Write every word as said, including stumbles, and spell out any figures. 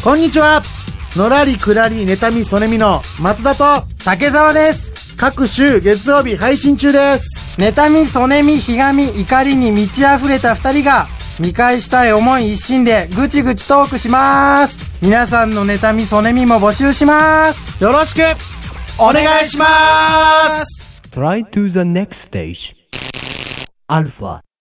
こんにちは。のらりくらり妬みそねみの松田と竹澤です。 各週月曜日配信中です。 妬みそねみひがみ怒りに満ち溢れた二人が見返したい思い一心でぐちぐちトークします。皆さんの妬みそねみも募集します。 よろしくお願いします。 Try to the next stage. Alpha